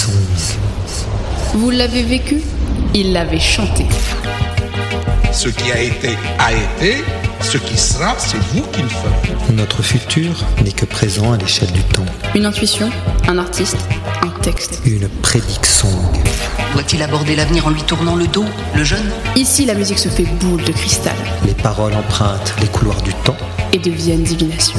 Prémonitions. Vous l'avez vécu, il l'avait chanté. Ce qui a été, ce qui sera, c'est vous qui le ferez. Notre futur n'est que présent à l'échelle du temps. Une intuition, un artiste, un texte. Une prédiction. Doit-il aborder l'avenir en lui tournant le dos, le jeune ? Ici, la musique se fait boule de cristal Les paroles empruntent les couloirs du temps. et deviennent divination.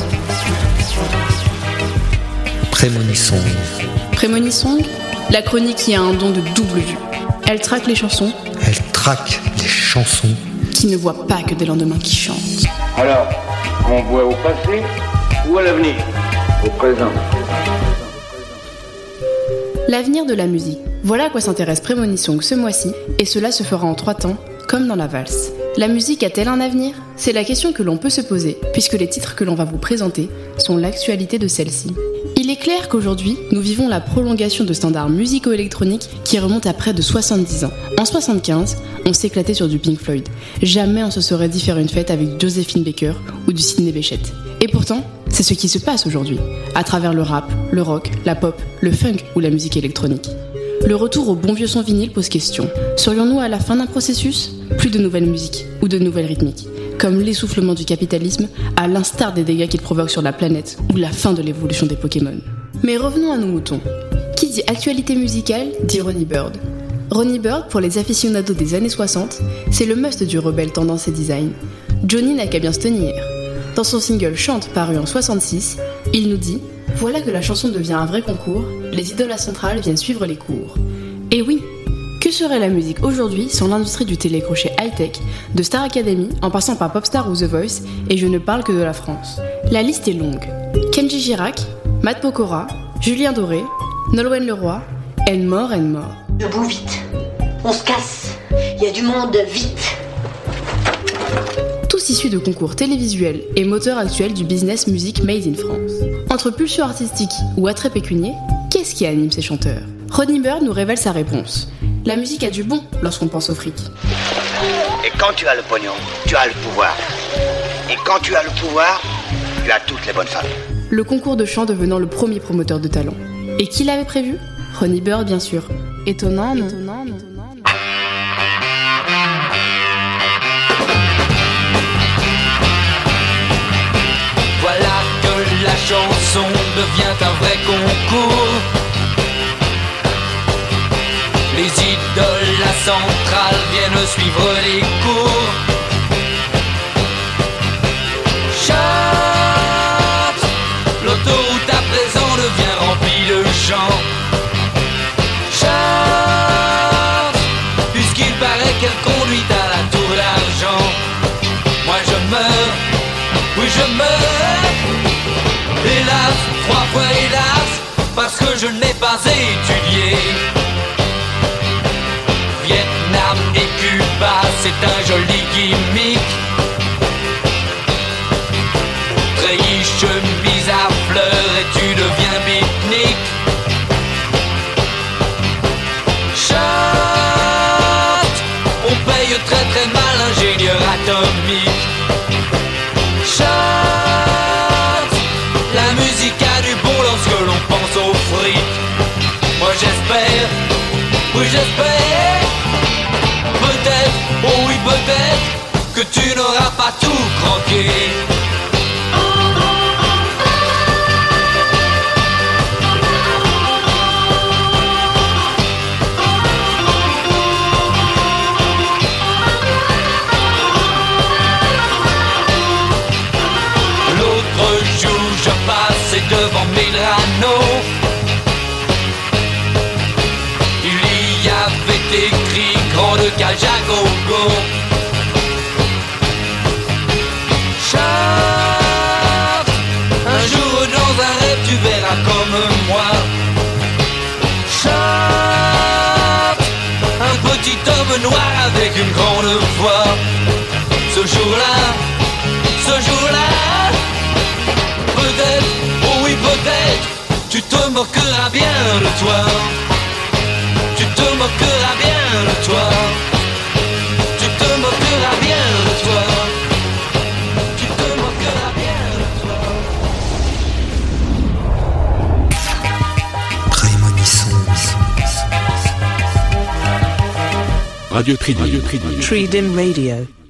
Prémonitions. Prémonissong, la chronique qui a un don de double vue. Elle traque les chansons Elle traque les chansons. qui ne voient pas que des lendemains qui chantent. Alors, on voit au passé ou à l'avenir ? Au présent. L'avenir de la musique. Voilà à quoi s'intéresse Prémonissong ce mois-ci, et cela se fera en 3 temps, comme dans la valse. La musique a-t-elle un avenir ? C'est la question que l'on peut se poser, puisque les titres que l'on va vous présenter sont l'actualité de celle-ci. Il est clair qu'aujourd'hui, nous vivons la prolongation de standards musicaux-électroniques qui remontent à près de 70 ans. En 75, on s'éclatait sur du Pink Floyd. Jamais on se serait dit faire une fête avec Josephine Baker ou du Sidney Bechet. Et pourtant, c'est ce qui se passe aujourd'hui, à travers le rap, le rock, la pop, le funk ou la musique électronique. Le retour au bon vieux son vinyle pose question. Serions-nous à la fin d'un processus ? Plus de nouvelles musiques ou de nouvelles rythmiques, comme l'essoufflement du capitalisme, à l'instar des dégâts qu'il provoque sur la planète ou la fin de l'évolution des Pokémon. Mais revenons à nos moutons. Qui dit actualité musicale dit Ronnie Bird. Ronnie Bird, pour les aficionados des années 60, c'est le must du rebelle tendance et design. Johnny n'a qu'à bien se tenir. Dans son single Chante, paru en 66, il nous dit « Voilà que la chanson devient un vrai concours, les idoles à Centrale viennent suivre les cours. » Et oui, que serait la musique aujourd'hui sans l'industrie du télécrochet high-tech, de Star Academy en passant par Popstar ou The Voice, et je ne parle que de la France. La liste est longue. Kenji Girac, Matt Pokora, Julien Doré, Nolwenn Leroy, and more. Debout vite. On se casse. Il y a du monde, vite. Tous issus de concours télévisuels et moteurs actuels du business music made in France. Entre pulsion artistique ou attrait pécunier, qu'est-ce qui anime ces chanteurs ? Ronnie Bird nous révèle sa réponse. La musique a du bon lorsqu'on pense au fric. Et quand tu as le pognon, tu as le pouvoir. Et quand tu as le pouvoir, tu as toutes les bonnes femmes. Le concours de chant devenant le premier promoteur de talent. Et qui l'avait prévu ? Ronnie Bird, bien sûr. Étonnant, non ? Voilà que la chanson devient un vrai concours. Les idoles, la centrale viennent suivre les cours. Chante, l'autoroute à présent devient remplie de chants. Chante, puisqu'il paraît qu'elle conduit à la tour d'argent. Moi je meurs, oui je meurs. Hélas, 3 fois hélas, parce que je n'ai pas étudié. Vietnam et Cuba, c'est un joli gimmick. Treillis, chemise à fleurs et tu deviens pique-nique. Chante, on paye très très mal l'ingénieur atomique. Chante, la musique a du bon lorsque l'on pense au fric. Moi j'espère, oui j'espère. Peut-être, oh oui peut-être, que tu n'auras pas tout croqué. L'autre jour je passais devant Medrano. Il y avait écrit Grande cage à gogo. Chante, un jour dans un rêve tu verras comme moi. Chante, un petit homme noir avec une grande voix. Ce jour-là, peut-être, oh oui peut-être, tu te moqueras bien de toi. Tu te moqueras bien de toi. Tu te moqueras bien de toi. Tu te moqueras bien de toi. Prémonitions. Radio Tridim. Tridim Radio.